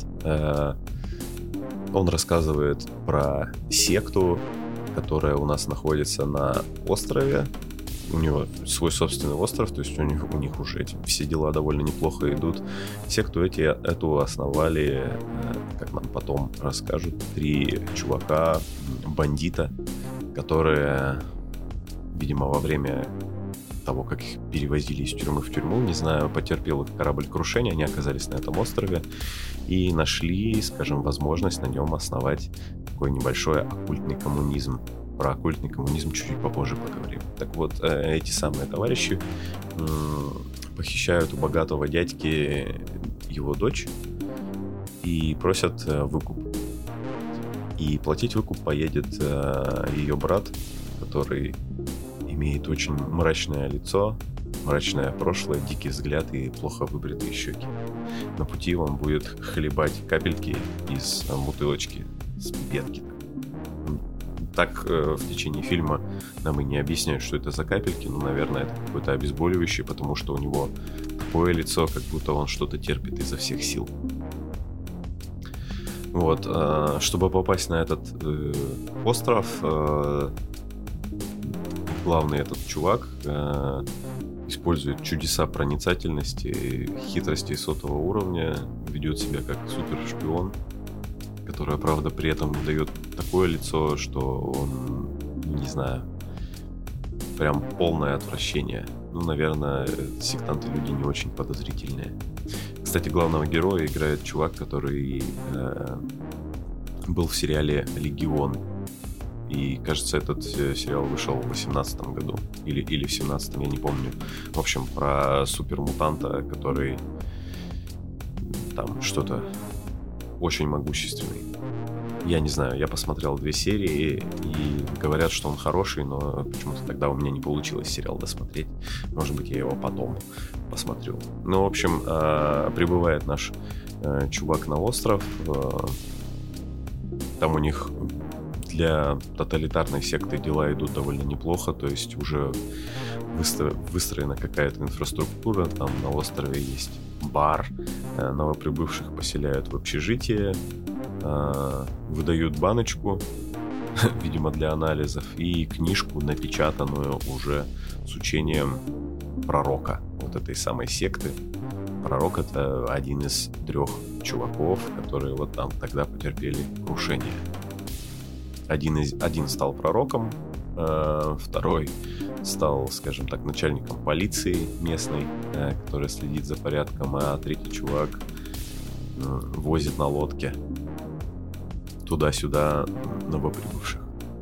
Он рассказывает про секту, которая у нас находится на острове. У него свой собственный остров, то есть у них уже все дела довольно неплохо идут. Секту эту основали, как нам потом расскажут, 3 чувака, бандита, которые, видимо, во время того, как их перевозили из тюрьмы в тюрьму, не знаю, потерпел их корабль крушение, они оказались на этом острове и нашли, скажем, возможность на нем основать такой небольшой оккультный коммунизм. Про оккультный коммунизм чуть-чуть попозже поговорим. Так вот, эти самые товарищи похищают у богатого дядьки его дочь и просят выкуп. И платить выкуп поедет ее брат, который имеет очень мрачное лицо, мрачное прошлое, дикий взгляд и плохо выбритые щеки. На пути он будет хлебать капельки из бутылочки с пипетки. Так в течение фильма нам и не объясняют, что это за капельки. Ну, наверное, это какое-то обезболивающее, потому что у него такое лицо, как будто он что-то терпит изо всех сил. Вот, чтобы попасть на этот остров, главный этот чувак использует чудеса проницательности, хитрости сотого уровня, ведет себя как супершпион, которое, правда, при этом дает такое лицо, что он, не знаю, прям полное отвращение. Ну, наверное, сектанты люди не очень подозрительные. Кстати, главного героя играет чувак, который был в сериале «Легион». И, кажется, этот сериал вышел в 2018 году. Или в 2017, я не помню. В общем, про супермутанта, который там что-то очень могущественный. Я не знаю, я посмотрел 2 серии, и говорят, что он хороший, но почему-то тогда у меня не получилось сериал досмотреть. Может быть, я его потом посмотрю. Ну, в общем, прибывает наш чувак на остров. Там у них для тоталитарной секты дела идут довольно неплохо, то есть уже выстроена какая-то инфраструктура. Там на острове есть бар, новоприбывших поселяют в общежитие, выдают баночку, видимо, для анализов, и книжку, напечатанную уже с учением пророка вот этой самой секты. Пророк — это один из 3 чуваков, которые вот там тогда потерпели крушение. Один стал пророком, второй стал, скажем так, начальником полиции местной, который следит за порядком, а 3-й чувак возит на лодке туда-сюда новоприбывших.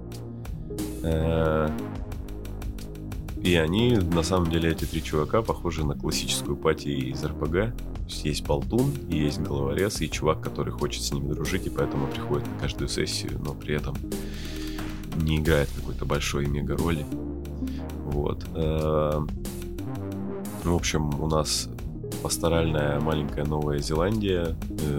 И они, на самом деле, эти 3 чувака похожи на классическую пати из РПГ. Есть болтун, и есть головорез, и чувак, который хочет с ними дружить, и поэтому приходит на каждую сессию, но при этом не играет какой-то большой и мега роли. Вот. В общем, у нас пасторальная маленькая Новая Зеландия.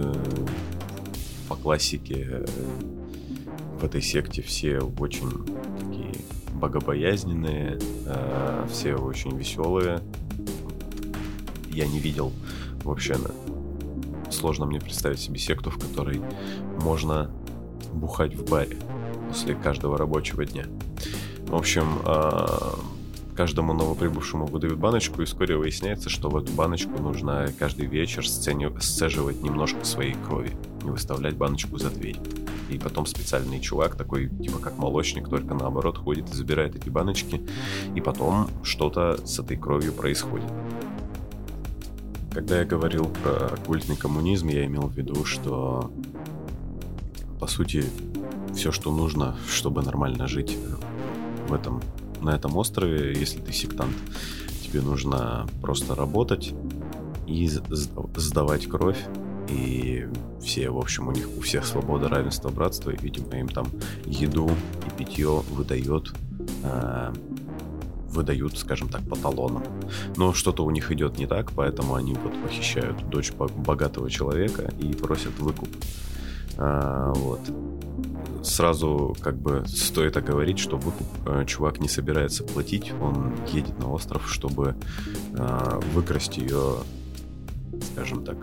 По классике в этой секте все очень такие богобоязненные, все очень веселые. Я не видел вообще, сложно мне представить себе секту, в которой можно бухать в баре после каждого рабочего дня. В общем, каждому новоприбывшему выдают баночку, и вскоре выясняется, что в эту баночку нужно каждый вечер сцеживать немножко своей крови и выставлять баночку за дверь. И потом специальный чувак, такой типа как молочник, только наоборот, ходит и забирает эти баночки, и потом что-то с этой кровью происходит. Когда я говорил про оккультный коммунизм, я имел в виду, что по сути все, что нужно, чтобы нормально жить на этом острове, если ты сектант, тебе нужно просто работать и сдавать кровь. И все, в общем, у всех свобода, равенство, братство, и, видимо, им там еду и питье выдают, скажем так, по талонам. Но что-то у них идет не так, поэтому они вот похищают дочь богатого человека и просят выкуп. Вот. Сразу как бы стоит оговорить, что выкуп чувак не собирается платить, он едет на остров, чтобы выкрасть ее, скажем так,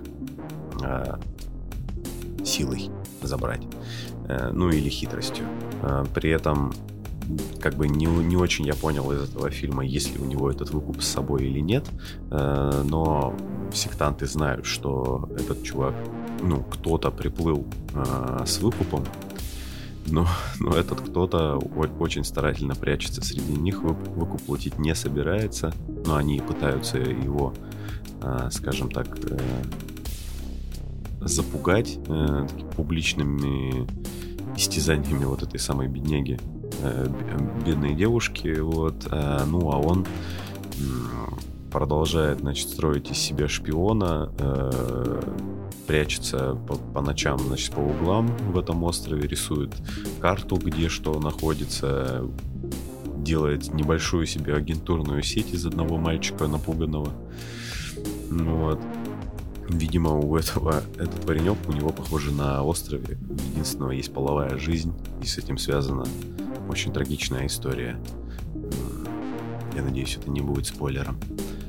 силой забрать, ну или хитростью. При этом как бы не очень я понял из этого фильма, есть ли у него этот выкуп с собой или нет, но сектанты знают, что этот чувак, кто-то приплыл с выкупом, но этот кто-то очень старательно прячется среди них, выкуп платить не собирается, но они пытаются его, скажем так, запугать публичными истязаниями вот этой самой бедняги, бедной девушки, вот, ну а он продолжает, значит, строить из себя шпиона, прячется по ночам, значит, по углам в этом острове, рисует карту, где что находится, делает небольшую себе агентурную сеть из одного мальчика напуганного. Вот. Видимо, этот паренек, у него, похоже, на острове единственного есть половая жизнь, и с этим связано очень трагичная история. Я надеюсь, это не будет спойлером.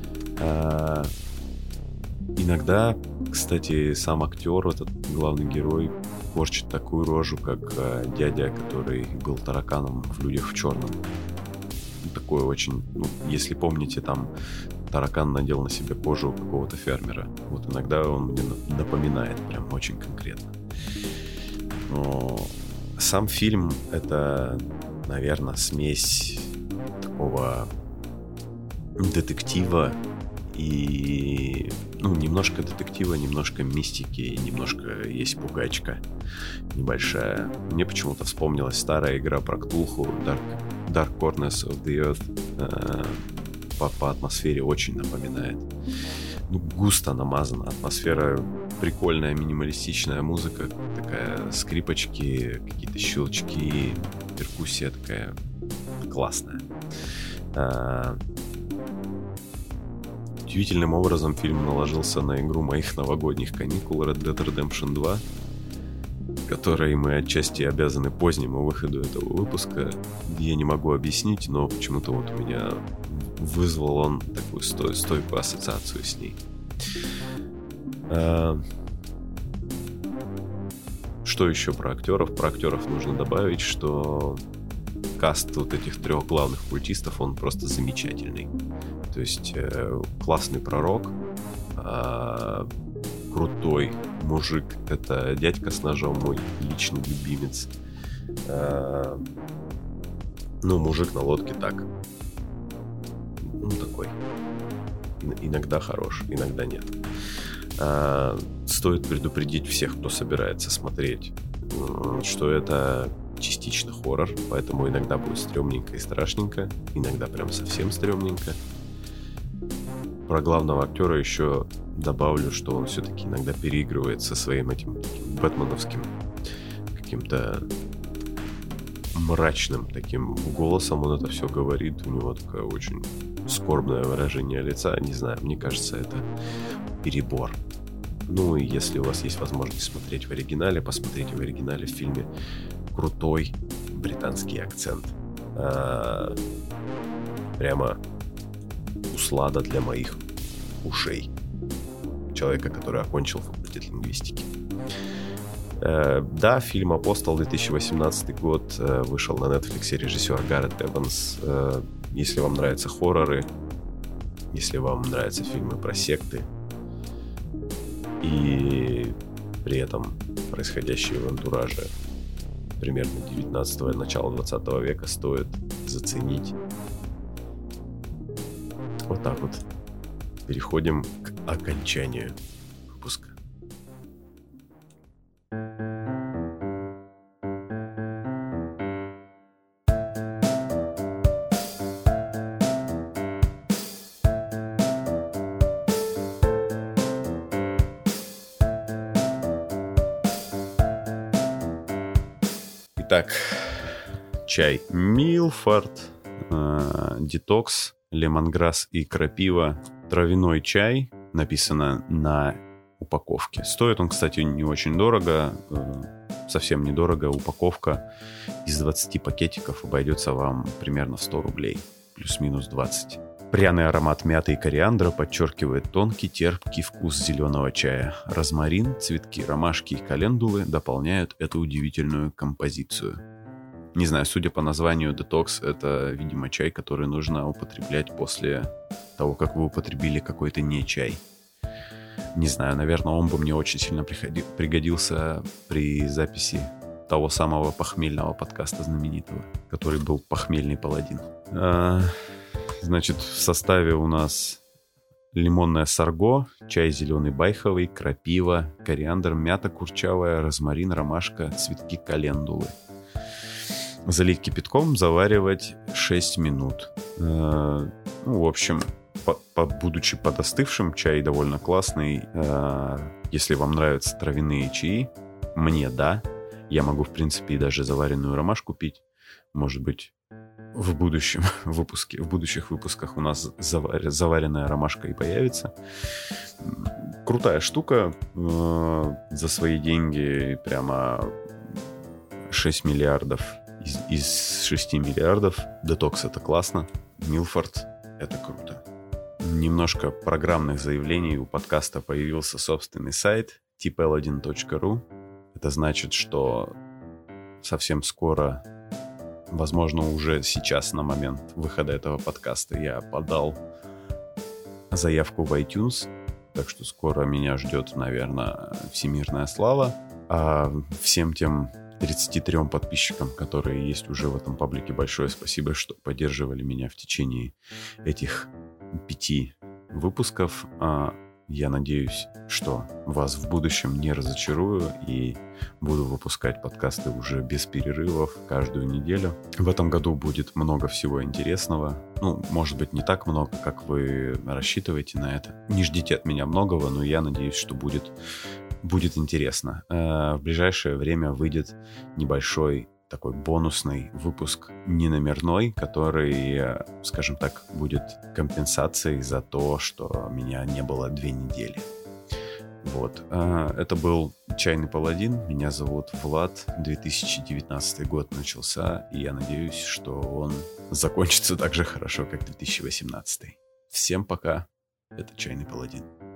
Иногда, кстати, сам актер, этот главный герой, корчит такую рожу, как дядя, который был тараканом в «Людях в черном». Такое очень... если помните, там таракан надел на себе кожу какого-то фермера. Вот иногда он мне напоминает прям очень конкретно. Но сам фильм — это, наверное, смесь такого детектива и... немножко детектива, немножко мистики, и немножко есть пугачка небольшая. Мне почему-то вспомнилась старая игра про Ктулху, Dark Corners of the Earth. По атмосфере очень напоминает. Густо намазана атмосфера, прикольная минималистичная музыка, такая скрипочки, какие-то щелчки, перкуссия такая классная. Удивительным образом фильм наложился на игру моих новогодних каникул Red Dead Redemption 2, которой мы отчасти обязаны позднему выходу этого выпуска. Я не могу объяснить, но почему-то вот у меня вызвал он такую стойкую ассоциацию с ней. Что еще про актеров? Про актеров нужно добавить, что каст вот этих 3 главных культистов, он просто замечательный. То есть классный пророк, крутой мужик, это дядька с ножом, мой личный любимец. Мужик на лодке так. Такой. Иногда хорош, иногда нет. Стоит предупредить всех, кто собирается смотреть, что это частично хоррор, поэтому иногда будет стрёмненько и страшненько, иногда прям совсем стрёмненько. Про главного актера еще добавлю, что он все-таки иногда переигрывает со своим этим бэтменовским каким-то мрачным таким голосом. Он это все говорит. У него такое очень скорбное выражение лица. Не знаю, мне кажется, это перебор. И если у вас есть возможность смотреть в оригинале, посмотрите в оригинале в фильме. Крутой британский акцент. Прямо услада для моих ушей. Человека, который окончил факультет лингвистики. Да, фильм «Апостол», 2018 год, вышел на Netflix, режиссер Гаррет Эванс. Если вам нравятся хорроры, если вам нравятся фильмы про секты и при этом происходящие в антураже примерно 19-го и начала 20 века, стоит заценить. Вот так вот. Переходим к окончанию выпуска. Итак, чай Милфорд, детокс, лемонграсс и крапива, травяной чай, написано на упаковке. Стоит он, кстати, не очень дорого, совсем недорого. Упаковка из 20 пакетиков обойдется вам примерно в 100 рублей, плюс-минус 20. Пряный аромат мяты и кориандра подчеркивает тонкий, терпкий вкус зеленого чая. Розмарин, цветки ромашки и календулы дополняют эту удивительную композицию. Не знаю, судя по названию детокс, это, видимо, чай, который нужно употреблять после того, как вы употребили какой-то не чай. Не знаю, наверное, он бы мне очень сильно пригодился при записи того самого похмельного подкаста знаменитого, который был «Похмельный паладин». Значит, в составе у нас лимонное сарго, чай зеленый байховый, крапива, кориандр, мята курчавая, розмарин, ромашка, цветки календулы. Залить кипятком, заваривать 6 минут. В общем, будучи подостывшим, чай довольно классный. Если вам нравятся травяные чаи, мне да. Я могу, в принципе, и даже заваренную ромашку пить. Может быть, в будущих выпусках у нас заваренная ромашка и появится. Крутая штука. За свои деньги прямо 6 миллиардов из 6 миллиардов. Детокс — это классно. Милфорд — это круто. Немножко программных заявлений. У подкаста появился собственный сайт tpaladin.ru. Это значит, что совсем скоро, возможно, уже сейчас, на момент выхода этого подкаста, я подал заявку в iTunes. Так что скоро меня ждет, наверное, всемирная слава. А всем тем 33 подписчикам, которые есть уже в этом паблике, большое спасибо, что поддерживали меня в течение этих 5 выпусков. Я надеюсь, что вас в будущем не разочарую и буду выпускать подкасты уже без перерывов каждую неделю. В этом году будет много всего интересного. Может быть, не так много, как вы рассчитываете на это. Не ждите от меня многого, но я надеюсь, что будет интересно. В ближайшее время выйдет небольшой такой бонусный выпуск неномерной, который, скажем так, будет компенсацией за то, что меня не было 2 недели. Вот. Это был «Чайный паладин». Меня зовут Влад. 2019 год начался, и я надеюсь, что он закончится так же хорошо, как 2018. Всем пока. Это «Чайный паладин».